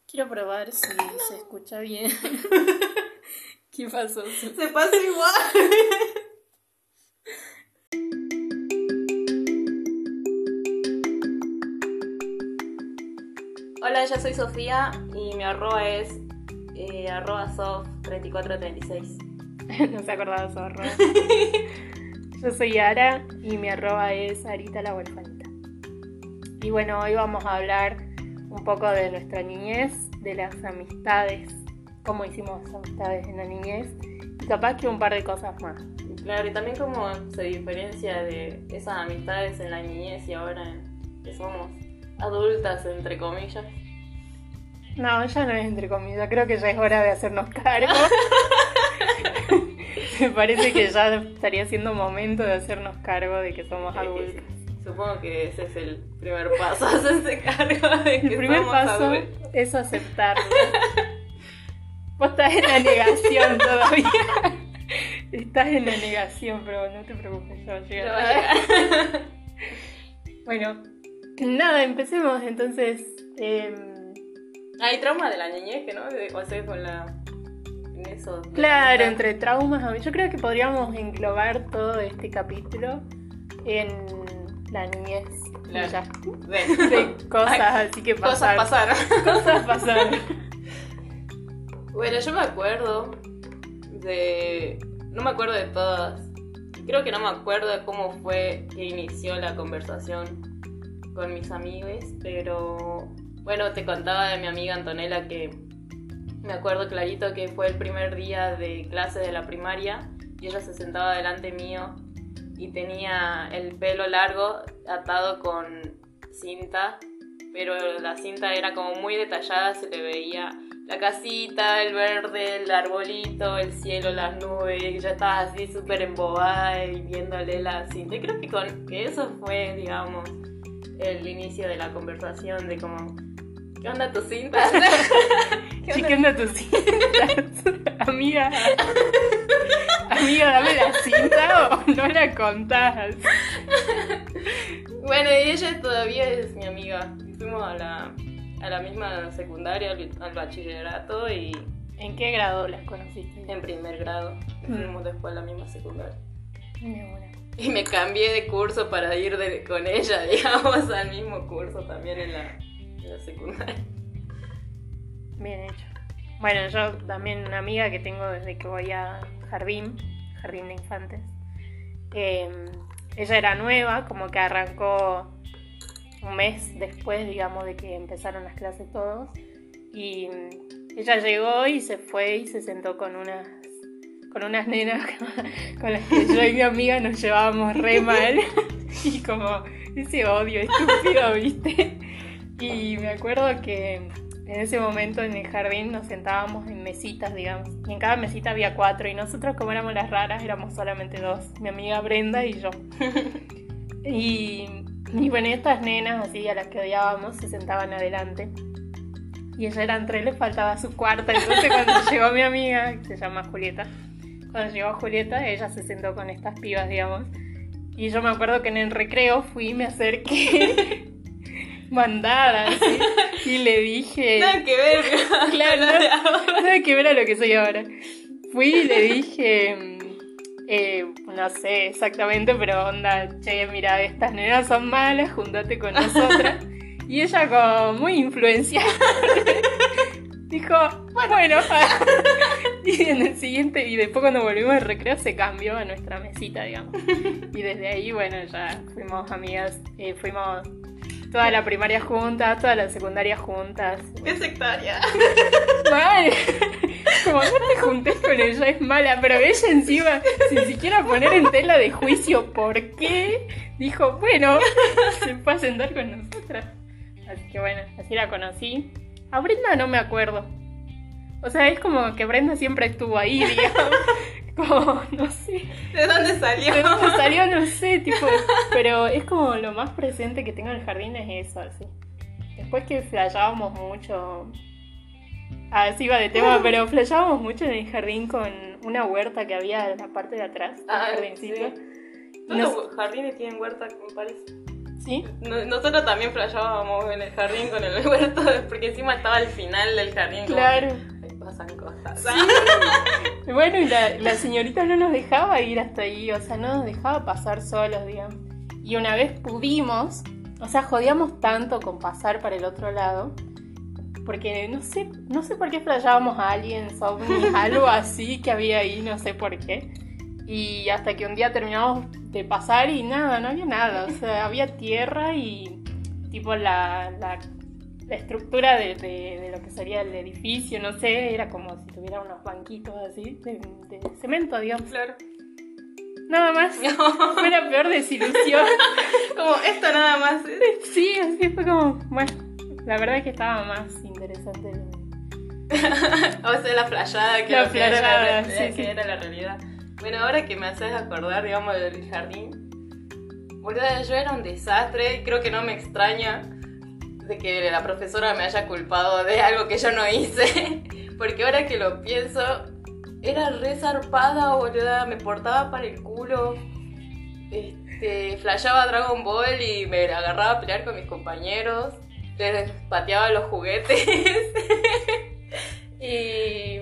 Quiero probar si se escucha bien. ¿Qué pasó? Se pasa igual. Hola, yo soy Sofía y mi arroba es @sof3436. No se acordaba su arroba. Yo soy Ara y mi arroba es Arita la huerfanita. Y bueno, hoy vamos a hablar un poco de nuestra niñez, de las amistades, cómo hicimos amistades en la niñez y capaz que un par de cosas más. Claro, y también cómo se diferencia de esas amistades en la niñez y ahora que somos adultas, entre comillas. No, ya no es entre comillas, creo que ya es hora de hacernos cargo. Me parece que ya estaría siendo momento de hacernos cargo de que somos adultos. Supongo que ese es el primer paso, hacerse cargo de que El primer somos paso adultos. es aceptarlo. Vos estás en la negación todavía. Estás en la negación, pero no te preocupes, yo voy a llegar. Bueno, nada, empecemos entonces. Hay trauma de la niñez, que no, de hacer con en eso. Claro, entre traumas. Yo creo que podríamos englobar todo este capítulo en la niñez. Claro. Ya. De cosas así que pasaron. Cosas pasaron. Cosas pasaron. Bueno, yo me acuerdo no me acuerdo de todas. Creo que no me acuerdo de cómo fue que inició la conversación con mis amigos, pero bueno, te contaba de mi amiga Antonella, que me acuerdo clarito que fue el primer día de clase de la primaria y ella se sentaba delante mío y tenía el pelo largo atado con cinta, pero la cinta era como muy detallada, se le veía la casita, el verde, el arbolito, el cielo, las nubes, y yo estaba así súper embobada y viéndole la cinta. Y creo que eso fue, digamos, el inicio de la conversación de como, ¿qué onda tu cinta? ¿Qué onda tu cinta? Amiga, dame la cinta o no la contás. Bueno, y ella todavía es mi amiga. Fuimos a la misma secundaria, al bachillerato, y ¿En qué grado las conociste? en primer grado. Fuimos después a la misma secundaria. Muy buena. Y me cambié de curso para ir con ella, digamos, al mismo curso también en la secundaria. Bien hecho. Bueno, yo también una amiga que tengo desde que voy a jardín de infantes. Ella era nueva, como que arrancó un mes después, digamos, de que empezaron las clases todos. Y ella llegó y se fue y se sentó con unas nenas con las que yo y mi amiga nos llevábamos re mal. Y como ese odio estúpido, ¿viste? Y me acuerdo que en ese momento en el jardín nos sentábamos en mesitas, digamos. Y en cada mesita había 4. Y nosotros, como éramos las raras, éramos solamente 2. Mi amiga Brenda y yo. Y bueno, estas nenas así a las que odiábamos se sentaban adelante. Y ella eran 3, le faltaba su cuarta. Entonces cuando llegó mi amiga, que se llama Julieta, cuando llegó Julieta, ella se sentó con estas pibas, digamos. Y yo me acuerdo que en el recreo fui y me acerqué mandada, ¿sí? Y le dije... Nada que ver, claro, nada que ver a lo que soy ahora. Fui y le dije... no sé exactamente, pero onda, che, mira, estas nenas son malas, júntate con nosotras. Y ella como muy influenciada dijo, bueno. Y en el siguiente, y después cuando volvimos al recreo se cambió a nuestra mesita, digamos. Y desde ahí, bueno, ya fuimos amigas, fuimos toda la primaria juntas, toda la secundaria juntas. ¡Qué sectaria! Mal. Como no te juntes con ella, es mala, pero ella encima, sin siquiera poner en tela de juicio por qué, dijo, bueno, se fue a sentar con nosotras. Así que bueno, así la conocí. A Brenda no me acuerdo. O sea, es como que Brenda siempre estuvo ahí, digamos. Como, no sé. ¿De dónde salió? ¿De dónde salió? No sé, tipo. Pero es como lo más presente que tengo en el jardín es eso, así. Después que flashábamos mucho. Así iba de tema, pero flashábamos mucho en el jardín con una huerta que había en la parte de atrás del jardincito. Sí. Todos los jardines tienen huerta, me parece. ¿Sí? Nosotros también flasheábamos en el jardín con el huerto, porque encima estaba al final del jardín. Claro. Ahí pasan cosas. Sí. Bueno, y la señorita no nos dejaba ir hasta ahí, o sea, no nos dejaba pasar solos, digamos. Y una vez pudimos, o sea, jodíamos tanto con pasar para el otro lado, porque no sé por qué flasheábamos a aliens, ovnis, algo así que había ahí, no sé por qué. Y hasta que un día terminamos de pasar y nada, no había nada, o sea, había tierra y tipo la estructura de lo que sería el edificio, no sé, era como si tuviera unos banquitos así de cemento, digamos. Claro. Nada más. Fue la peor desilusión. Como esto nada más. Sí, así fue como, bueno, la verdad es que estaba más interesante. O sea, la flayada que, La flayada, que era la realidad. Bueno, ahora que me haces acordar, digamos, del jardín, boludo, yo era un desastre, creo que no me extraña de que la profesora me haya culpado de algo que yo no hice, porque ahora que lo pienso, era re zarpada, boluda, me portaba para el culo, flasheaba Dragon Ball y me agarraba a pelear con mis compañeros, les pateaba los juguetes, y...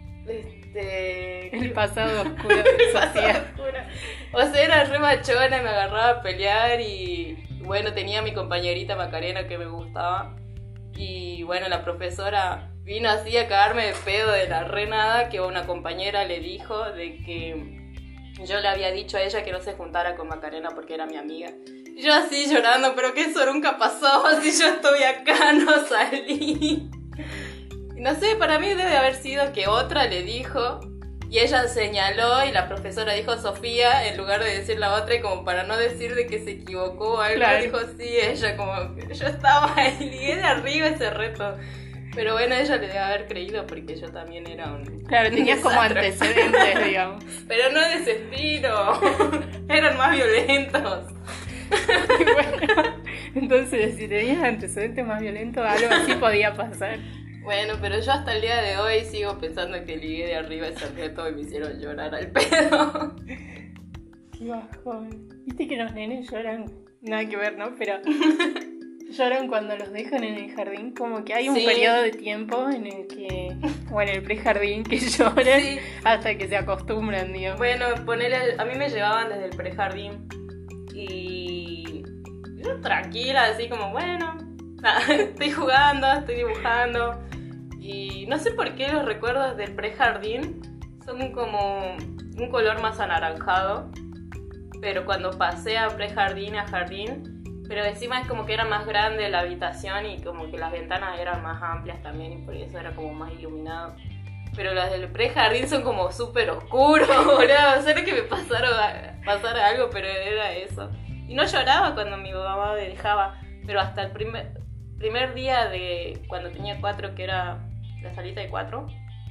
el pasado oscuro de Sofía. O sea, era re machona, me agarraba a pelear y bueno, tenía a mi compañerita Macarena que me gustaba. Y bueno, la profesora vino así a cagarme de pedo de la re nada, que una compañera le dijo de que yo le había dicho a ella que no se juntara con Macarena porque era mi amiga. Y yo así llorando, pero que eso nunca pasó, si yo estoy acá, no salí. No sé, para mí debe haber sido que otra le dijo y ella señaló y la profesora dijo Sofía en lugar de decir la otra, y como para no decir de que se equivocó o algo, claro, dijo sí, ella como que yo estaba ahí, ligué de arriba ese reto. Pero bueno, ella le debe haber creído porque yo también era un... Claro, tenías como antecedentes, digamos. Pero no de ese estilo, eran más violentos. Y bueno, entonces si tenías antecedentes más violentos, algo así podía pasar. Bueno, pero yo hasta el día de hoy sigo pensando que ligué de arriba ese reto y me hicieron llorar al pedo. Qué bajón. Viste que los nenes lloran, nada que ver, ¿no? Pero lloran cuando los dejan en el jardín, como que hay un periodo de tiempo en el que, o en el prejardín, que lloran hasta que se acostumbran, digamos. Bueno, a mí me llevaban desde el prejardín y yo tranquila, así como, bueno, estoy jugando, estoy dibujando. Y no sé por qué los recuerdos del prejardín son como un color más anaranjado. Pero cuando pasé a prejardín a jardín, pero encima es como que era más grande la habitación y como que las ventanas eran más amplias también y por eso era como más iluminado. Pero las del prejardín son como súper oscuros, boludo. Sé que me pasara algo, pero era eso. Y no lloraba cuando mi mamá me dejaba, pero hasta el primer día de cuando tenía 4, que era la salita de 4,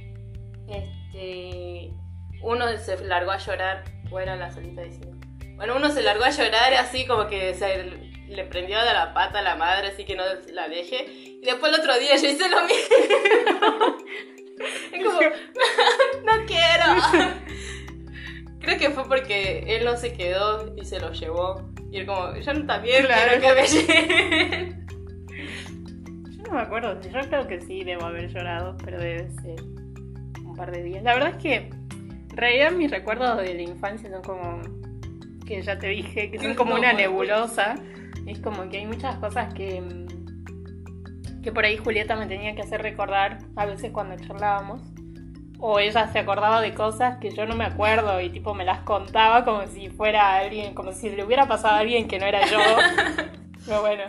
uno se largó a llorar, o era la salita de 5. Bueno, uno se largó a llorar así como que se le prendió de la pata a la madre, así que no la deje. Y después el otro día yo hice lo mismo. Es como, no quiero. Creo que fue porque él no se quedó y se lo llevó. Y él como, yo también quiero que me lleven. No me acuerdo, yo creo que sí debo haber llorado, pero debe ser un par de días. La verdad es que en realidad mis recuerdos de la infancia son como, que ya te dije, que son como una nebulosa. Es como que hay muchas cosas que por ahí Julieta me tenía que hacer recordar a veces cuando charlábamos. O ella se acordaba de cosas que yo no me acuerdo y tipo me las contaba como si fuera alguien, como si le hubiera pasado a alguien que no era yo. Pero bueno,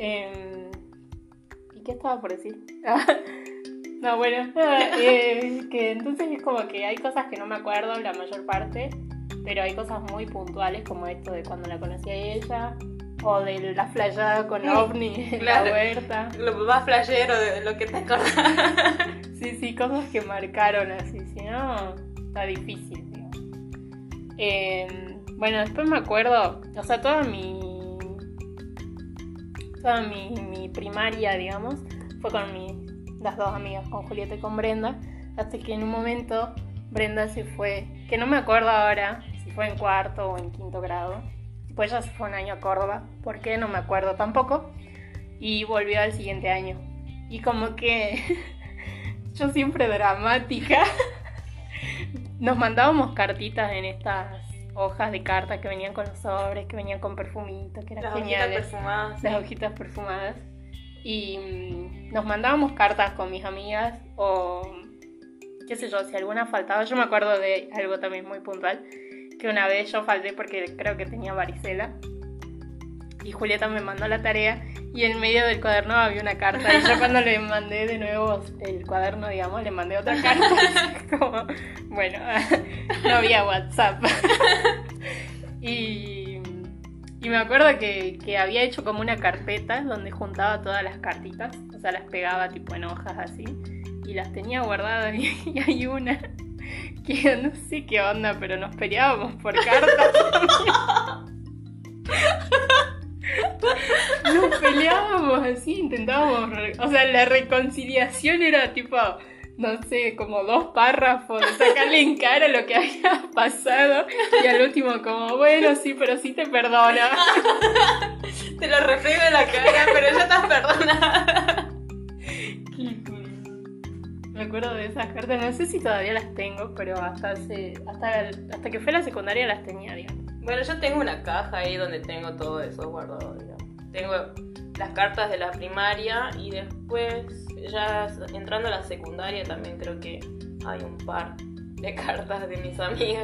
¿y qué estaba por decir? No, bueno, que entonces es como que hay cosas que no me acuerdo la mayor parte, pero hay cosas muy puntuales como esto de cuando la conocí a ella, o de la flayada con OVNI en la huerta. Lo más flayero de lo que te acordás. Sí, cosas que marcaron así, si no, está difícil, digamos. Bueno, después me acuerdo, o sea, toda mi primaria, digamos, fue con las dos amigas, con Julieta y con Brenda, hasta que en un momento Brenda se fue, que no me acuerdo ahora si fue en 4º o en 5º grado, después ya se fue un año a Córdoba, ¿por qué? No me acuerdo tampoco, y volvió al siguiente año. Y como que yo siempre dramática, nos mandábamos cartitas en estas hojas de carta que venían con los sobres, que venían con perfumitos, que eran Las geniales. hojitas perfumadas. Las hojitas perfumadas. Y nos mandábamos cartas con mis amigas o qué sé yo, si alguna faltaba. Yo me acuerdo de algo también muy puntual, que una vez yo falté porque creo que tenía varicela y Julieta me mandó la tarea y en medio del cuaderno había una carta y yo cuando le mandé de nuevo el cuaderno, digamos, le mandé otra carta. Como, bueno, no había WhatsApp. Y me acuerdo que había hecho como una carpeta donde juntaba todas las cartitas, o sea, las pegaba tipo en hojas así y las tenía guardadas y hay una que no sé qué onda, pero nos peleábamos por cartas. Nos peleábamos así, intentábamos, o sea, la reconciliación era tipo, no sé, como 2 párrafos de sacarle en cara lo que había pasado y al último como, bueno, sí, pero sí te perdono. Te lo refriego en la cara, pero ya estás perdonada. Me acuerdo de esas cartas, no sé si todavía las tengo, pero hasta que fue la secundaria las tenía, digamos. Bueno, yo tengo una caja ahí donde tengo todo eso guardado, digamos. Tengo las cartas de la primaria y después, ya entrando a la secundaria, también creo que hay un par de cartas de mis amigas.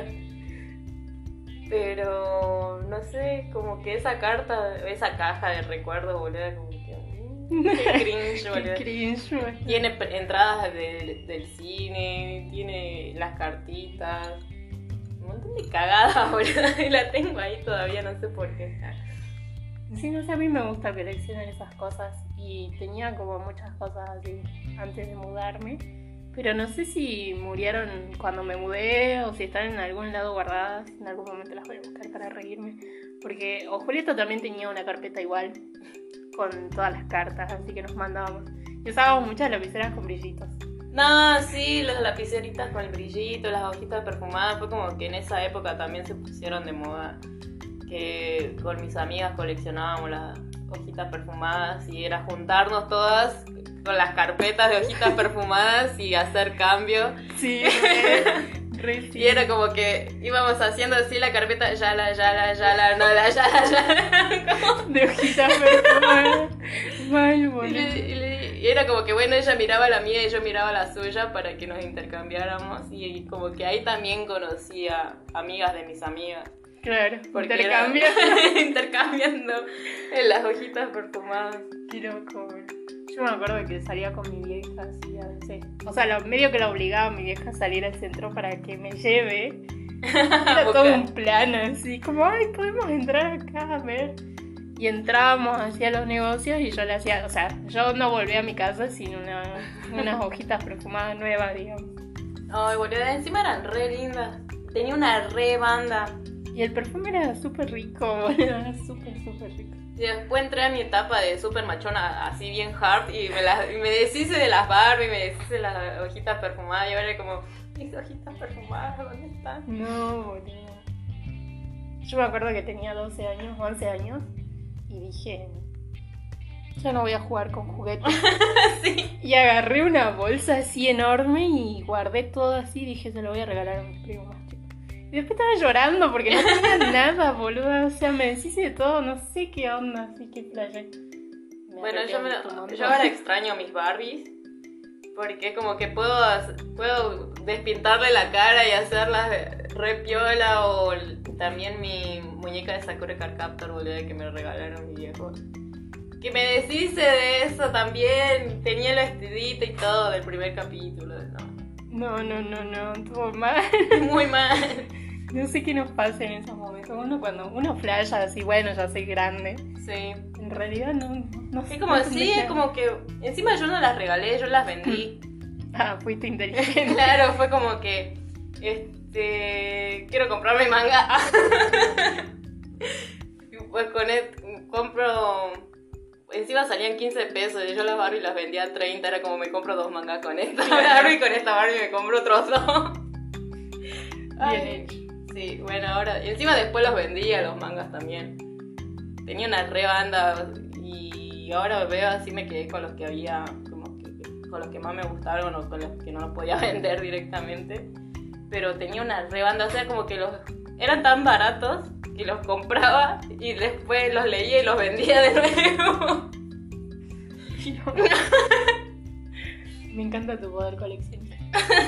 Pero, no sé, como que esa caja de recuerdos, boludo, como que... Qué cringe, boludo. Qué cringe, boludo. Tiene entradas del cine, tiene las cartitas, un montón de cagadas, boludo, y la tengo ahí todavía, no sé por qué. Sí, no sé, a mí me gusta coleccionar esas cosas y tenía como muchas cosas así antes de mudarme, pero no sé si murieron cuando me mudé o si están en algún lado guardadas. En algún momento las voy a buscar para reírme, porque Julieta también tenía una carpeta igual con todas las cartas, así que nos mandábamos y usábamos muchas lapiceras con brillitos. No, sí, las lapiceritas con el brillito, las hojitas perfumadas, fue como que en esa época también se pusieron de moda, que con mis amigas coleccionábamos las hojitas perfumadas y era juntarnos todas con las carpetas de hojitas perfumadas y hacer cambio. Sí, re sí. Y era como que íbamos haciendo así la carpeta, yala, de hojitas perfumadas. Mal, boludo. Y era como que bueno, ella miraba la mía y yo miraba la suya para que nos intercambiáramos y como que ahí también conocí a amigas de mis amigas. Claro, Porque intercambiando en las hojitas perfumadas. Qué loco, boludo. Yo me acuerdo que salía con mi vieja así a veces. O sea, medio que la obligaba a mi vieja a salir al centro para que me lleve. Era todo un plan así, como, ay, podemos entrar acá a ver. Y entrábamos hacia los negocios y yo le hacía, o sea, yo no volví a mi casa sin unas hojitas perfumadas nuevas, digamos. Ay, boludo, encima eran re lindas. Tenía una re banda. Y el perfume era súper rico, boludo, era súper rico. Y después entré a mi etapa de súper machona, así bien hard, y me deshice de las Barbie, me deshice de las hojitas perfumadas, y ahora era como, mis hojitas perfumadas, ¿dónde están? No, boludo. Yo me acuerdo que tenía 12 años, 11 años, y dije, ya no voy a jugar con juguetes. Sí. Y agarré una bolsa así enorme y guardé todo así, y dije, se lo voy a regalar a mis primos más chicos. Y después estaba llorando porque no tenía nada, boludo. O sea, me deshice de todo, no sé qué onda, así que playé. Bueno, yo ahora extraño mis Barbies porque como que puedo despintarle la cara y hacerlas re piola, o también mi muñeca de Sakura Card Captor, boludo, que me regalaron mi viejo. Que me deshice de eso también, tenía el vestidito y todo del primer capítulo. No, estuvo mal. Muy mal. No sé qué nos pasa en esos momentos. Cuando uno flasha así, bueno, ya soy grande. Sí. En realidad no sé. Es como sí, es como que encima yo no las regalé, yo las vendí. Ah, fuiste inteligente. Claro, fue como que quiero comprarme manga. Y pues compro. Encima salían 15 pesos y yo las Barbie las vendía a 30. Era como, me compro 2 mangas con esta Barbie y con esta Barbie me compro otros 2. Bien hecho. Sí, bueno, ahora... Y encima después los vendía, los mangas también. tenía una re banda y ahora veo así, me quedé con los que había, como que con los que más me gustaron o con los que no los podía vender directamente. Pero tenía una re banda, o sea, como que eran tan baratos que los compraba y después los leía y los vendía de nuevo. Me encanta tu poder coleccionista.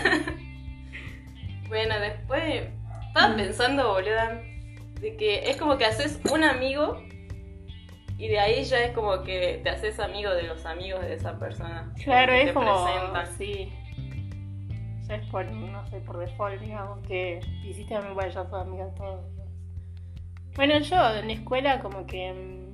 Bueno, después estaba pensando, boluda, de que es como que haces un amigo y de ahí ya es como que te haces amigo de los amigos de esa persona. Claro, es te como, presentan. sí, ya es por, no sé, por default, digamos, que hiciste amigo, bueno, ya sos amiga de todos. Bueno, yo en la escuela como que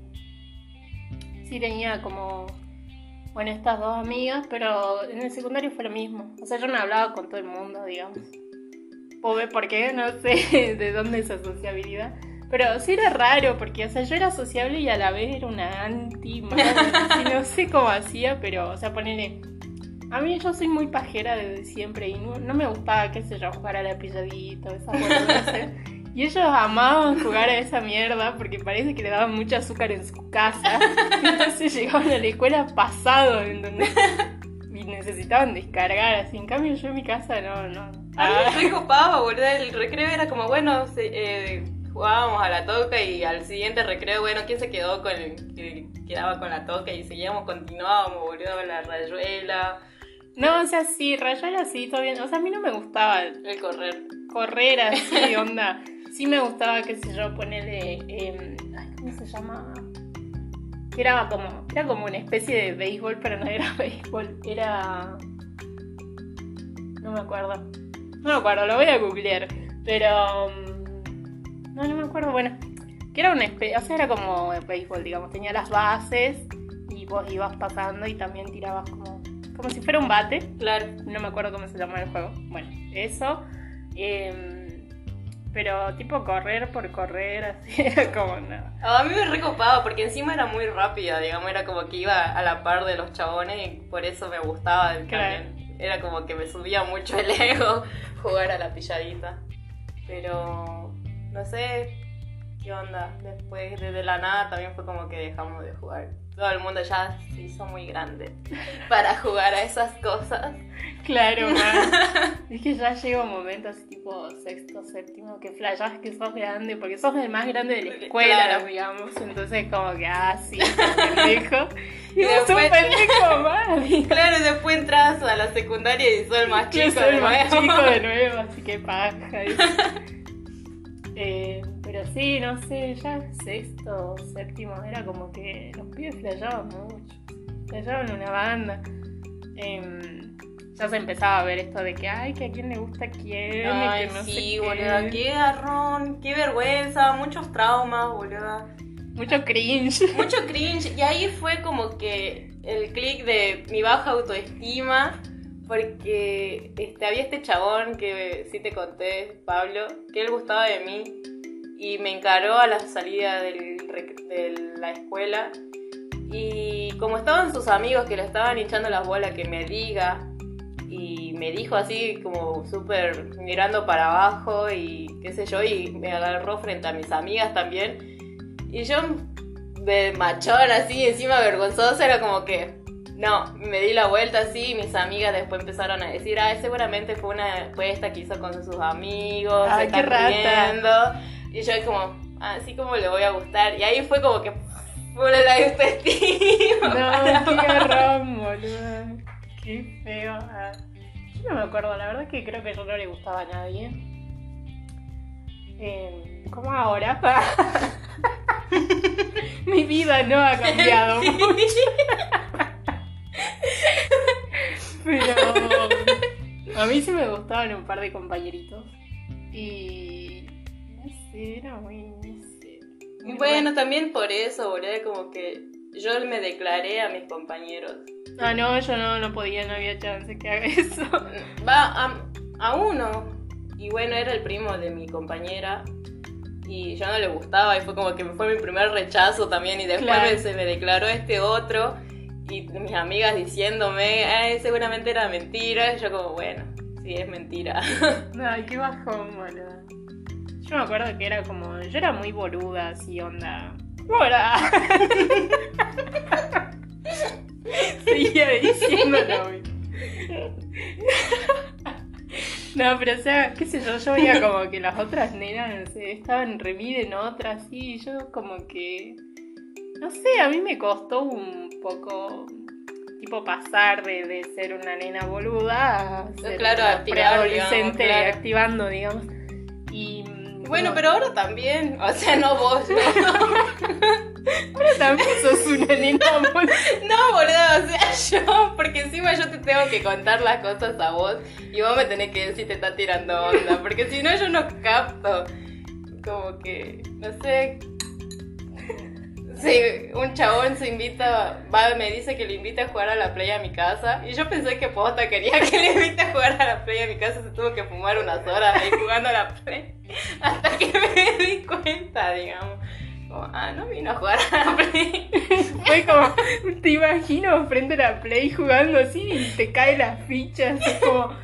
sí tenía como, bueno, estas dos amigas, pero en el secundario fue lo mismo. O sea, yo no hablaba con todo el mundo, digamos. Pobre, ¿por qué? No sé de dónde esa sociabilidad. Pero sí era raro, porque, o sea, yo era sociable y a la vez era una anti-madre. No sé cómo hacía, pero, o sea, ponele... A mí yo soy muy pajera desde siempre y no me gustaba, qué sé yo, jugar a la pilladita, esa boludeces. Y ellos amaban jugar a esa mierda porque parece que le daban mucho azúcar en su casa. Entonces llegaban a la escuela pasado, ¿entendés? Y necesitaban descargar, así. En cambio yo en mi casa no. A mí me recopaba, boludo. El recreo era como, bueno, jugábamos a la toca y al siguiente recreo, bueno, ¿quién se quedó con que quedaba con la toca? Y continuábamos, boludo, con la rayuela. No, o sea, sí, rayuela sí, todo bien. O sea, a mí no me gustaba el correr. Correr así, onda. Sí me gustaba, qué sé yo, ponerle... ¿cómo se llama? Era como una especie de béisbol, pero no era béisbol. Era... No me acuerdo, lo voy a googlear. Pero... No me acuerdo, bueno. Que era una especie... O sea, era como béisbol, digamos. Tenía las bases y vos ibas pasando y también tirabas como si fuera un bate. Claro. No me acuerdo cómo se llama el juego. Bueno, eso... pero tipo correr por correr, así era como nada. A mí me recopaba porque encima era muy rápida, digamos, era como que iba a la par de los chabones y por eso me gustaba claro. También. Era como que me subía mucho el ego jugar a la pilladita. Pero no sé qué onda. Después de la nada también fue como que dejamos de jugar. Todo el mundo ya se hizo muy grande para jugar a esas cosas. Claro, man. Es que ya llega un momento así tipo sexto, séptimo, que flashás que sos grande, porque sos el más grande de la escuela, claro. Digamos. Entonces como que, sí, pendejo. Y después un pendejo más. Claro, después entras a la secundaria y sos el más chico de nuevo. Más chico de nuevo, así que paja. Pero sí, no sé, ya sexto, séptimo, era como que los pibes flashaban mucho. Flashaban una banda. Ya se empezaba a ver esto de que, que a quién le gusta quién. Ay, y que no sí, sé boluda, qué garrón, qué vergüenza, muchos traumas, boluda. Mucho cringe. Mucho cringe. Y ahí fue como que el click de mi baja autoestima. Porque había este chabón que sí te conté, Pablo, que él gustaba de mí y me encaró a la salida de la escuela. Y como estaban sus amigos que le estaban hinchando las bolas que me diga, y me dijo así como súper mirando para abajo y qué sé yo, y me agarró frente a mis amigas también. Y yo de machón así, encima vergonzosa, era como que... No, me di la vuelta así y mis amigas después empezaron a decir, seguramente fue una apuesta que hizo con sus amigos, se están riendo. Y yo como, así como le voy a gustar. Y ahí fue como que fue la autoestima. No, qué garrón, boludo. Qué feo. Yo no me acuerdo, la verdad es que creo que yo no le gustaba a nadie. Como ahora. Mi vida no ha cambiado mucho. Pero a mí sí me gustaban un par de compañeritos. Y no sé, era muy... No sé, muy bueno, también por eso, boludo, como que yo me declaré a mis compañeros. No, yo no podía, no había chance que haga eso. Va a uno. Y bueno, era el primo de mi compañera. Y yo no le gustaba y fue como que fue mi primer rechazo también. Y después claro. Se me declaró este otro. Y mis amigas diciéndome, seguramente era mentira. Y yo como, bueno, sí, es mentira. Ay, qué bajón, boludo. Yo me acuerdo que era como, yo era muy boluda, así onda, Hola. Seguía diciéndolo. No, pero o sea, qué sé yo veía como que las otras nenas, no sé, estaban remiden otras, y yo como que, no sé, a mí me costó un poco, tipo, pasar de ser una nena boluda a ser claro, una activar, preadolescente, digamos, claro. activando, digamos. Y Bueno, no, pero ahora también, o sea, no vos, no. ahora también sos una nena boluda. No, boludo, o sea, yo, porque encima yo te tengo que contar las cosas a vos y vos me tenés que decir si te está tirando onda, porque si no yo no capto. Como que, no sé. Sí, un chabón me dice que le invita a jugar a la playa a mi casa y yo pensé que posta quería que le invite a jugar a la playa a mi casa, se tuvo que fumar unas horas ahí jugando a la playa hasta que me di cuenta, digamos. Como, no vino a jugar a la play. Fue como, te imagino frente a la Play jugando así y te caen las fichas, es como,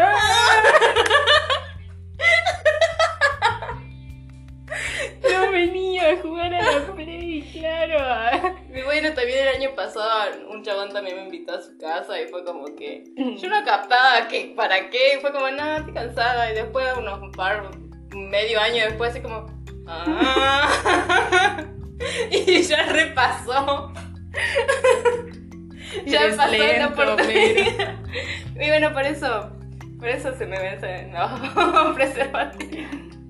no venía a jugar a la Play, claro. Y bueno, también el año pasado un chabón también me invitó a su casa y fue como que yo no captaba que para qué, fue como, no, estoy cansada, y después medio año después así como, y ya repasó. Ya pasó la oportunidad. Y bueno, por eso se me vence, no, preservativo.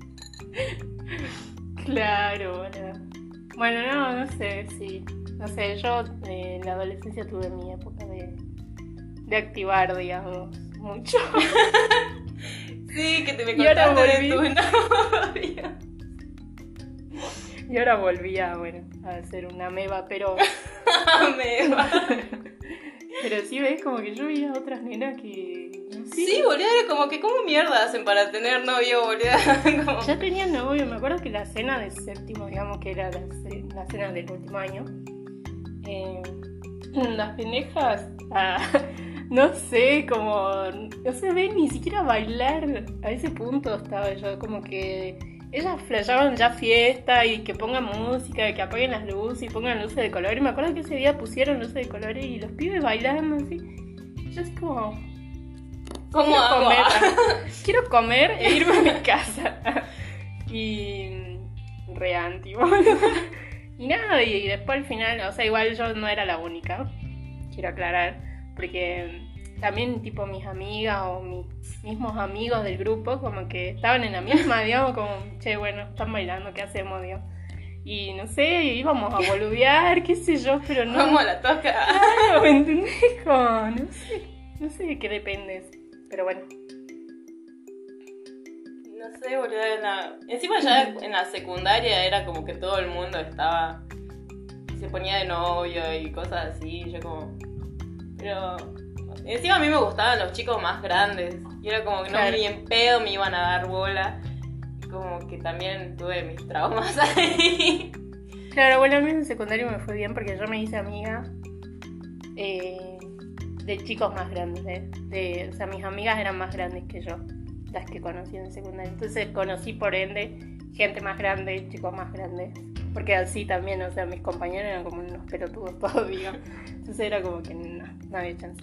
Claro, bueno, no sé, sí. No sé, yo en la adolescencia tuve mi época de activar, digamos, mucho. Sí, que te me Y ahora contaste de volví. tu novio. Y ahora volví a ser una meba, pero pero sí ves como que yo veía a otras nenas que... no sé, Sí, boludo, era como que ¿cómo mierda hacen para tener novio, boludo? Como... ya tenían novio, me acuerdo que la cena de séptimo, digamos que era la cena del último año, las pendejas, no sé, como, no se ve ni siquiera bailar, a ese punto estaba yo, como que ellas flashaban ya fiesta y que pongan música, que apaguen las luces y pongan luces de color, y me acuerdo que ese día pusieron luces de colores y los pibes bailando así, y yo así como... ¿Cómo hago? Quiero comer e irme a mi casa. Y re anti, boludo. Y nada, y después al final, o sea, igual yo no era la única, quiero aclarar, porque también tipo mis amigas o mis mismos amigos del grupo como que estaban en la misma, digamos, como, che, bueno, están bailando, ¿qué hacemos, Dios? Y no sé, íbamos a boludear, qué sé yo, pero no... ¿Cómo la toca? Claro, ¿me entendés? Como, no sé de qué depende, pero bueno. No sé, boludo, encima ya en la secundaria era como que todo el mundo se ponía de novio y cosas así, y yo como... Pero encima a mí me gustaban los chicos más grandes, y era como que no, claro, ni en pedo me iban a dar bola, y como que también tuve mis traumas ahí. Claro, bueno, a mí en secundario me fue bien porque yo me hice amiga de chicos más grandes, o sea, mis amigas eran más grandes que yo, las que conocí en secundaria. Entonces conocí por ende gente más grande, chicos más grandes, porque así también, o sea, mis compañeros eran como unos pelotudos todos, digo. Entonces era como que no había chance.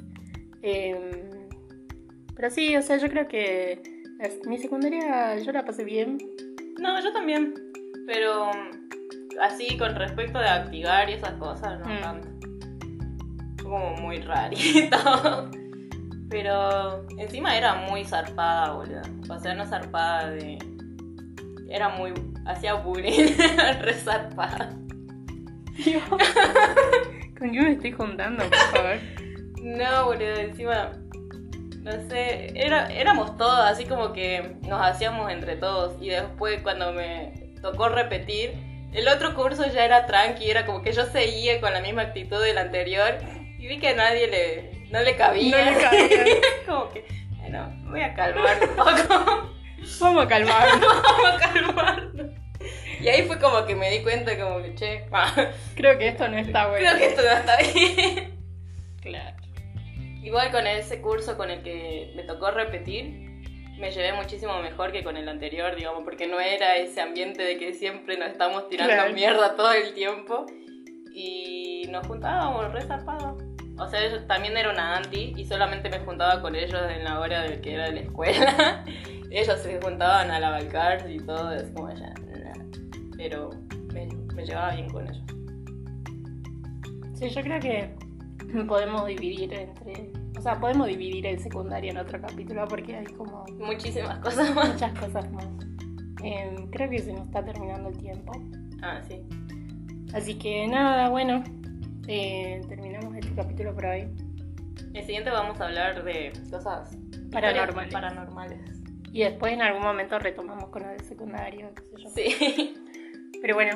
Pero sí, o sea, yo creo que mi secundaria yo la pasé bien. No, yo también, pero así con respecto de activar y esas cosas, no tanto. Como muy rarito. Pero encima era muy zarpada, boludo. O sea, no zarpada de... Era muy... Hacía bullying. Re zarpada. Dios. ¿Con quién me estoy juntando, por favor? No, boludo, encima... No sé, éramos todos así como que nos hacíamos entre todos. Y después cuando me tocó repetir, el otro curso ya era tranqui. Era como que yo seguía con la misma actitud del anterior. Y vi que a nadie no le cabía. No le cabía. Como que, bueno, me voy a calmar un poco. Vamos a calmarnos. Vamos a calmarnos. Y ahí fue como que me di cuenta como que, che, creo que esto no está bueno. creo que esto no está bien. Claro. Igual con ese curso con el que me tocó repetir, me llevé muchísimo mejor que con el anterior, digamos, porque no era ese ambiente de que siempre nos estamos tirando Claro. mierda todo el tiempo y nos juntábamos re zarpados. O sea, yo también era una anti y solamente me juntaba con ellos en la hora de que era de la escuela. Ellos se juntaban a la Balcars y todo, es como ya, nah. Pero me llevaba bien con ellos. Sí, yo creo que podemos dividir podemos dividir el secundario en otro capítulo porque hay como Muchísimas cosas más. muchas cosas más. Creo que se nos está terminando el tiempo. Ah, sí. Así que nada, bueno, terminamos este capítulo por hoy. El siguiente vamos a hablar de cosas Paranormales. paranormales. Y después en algún momento retomamos con el secundario, qué sé yo. Sí. Pero bueno,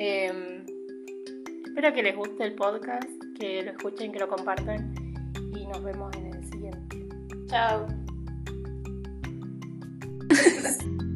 espero que les guste el podcast, que lo escuchen, que lo compartan y nos vemos en el siguiente. Chao.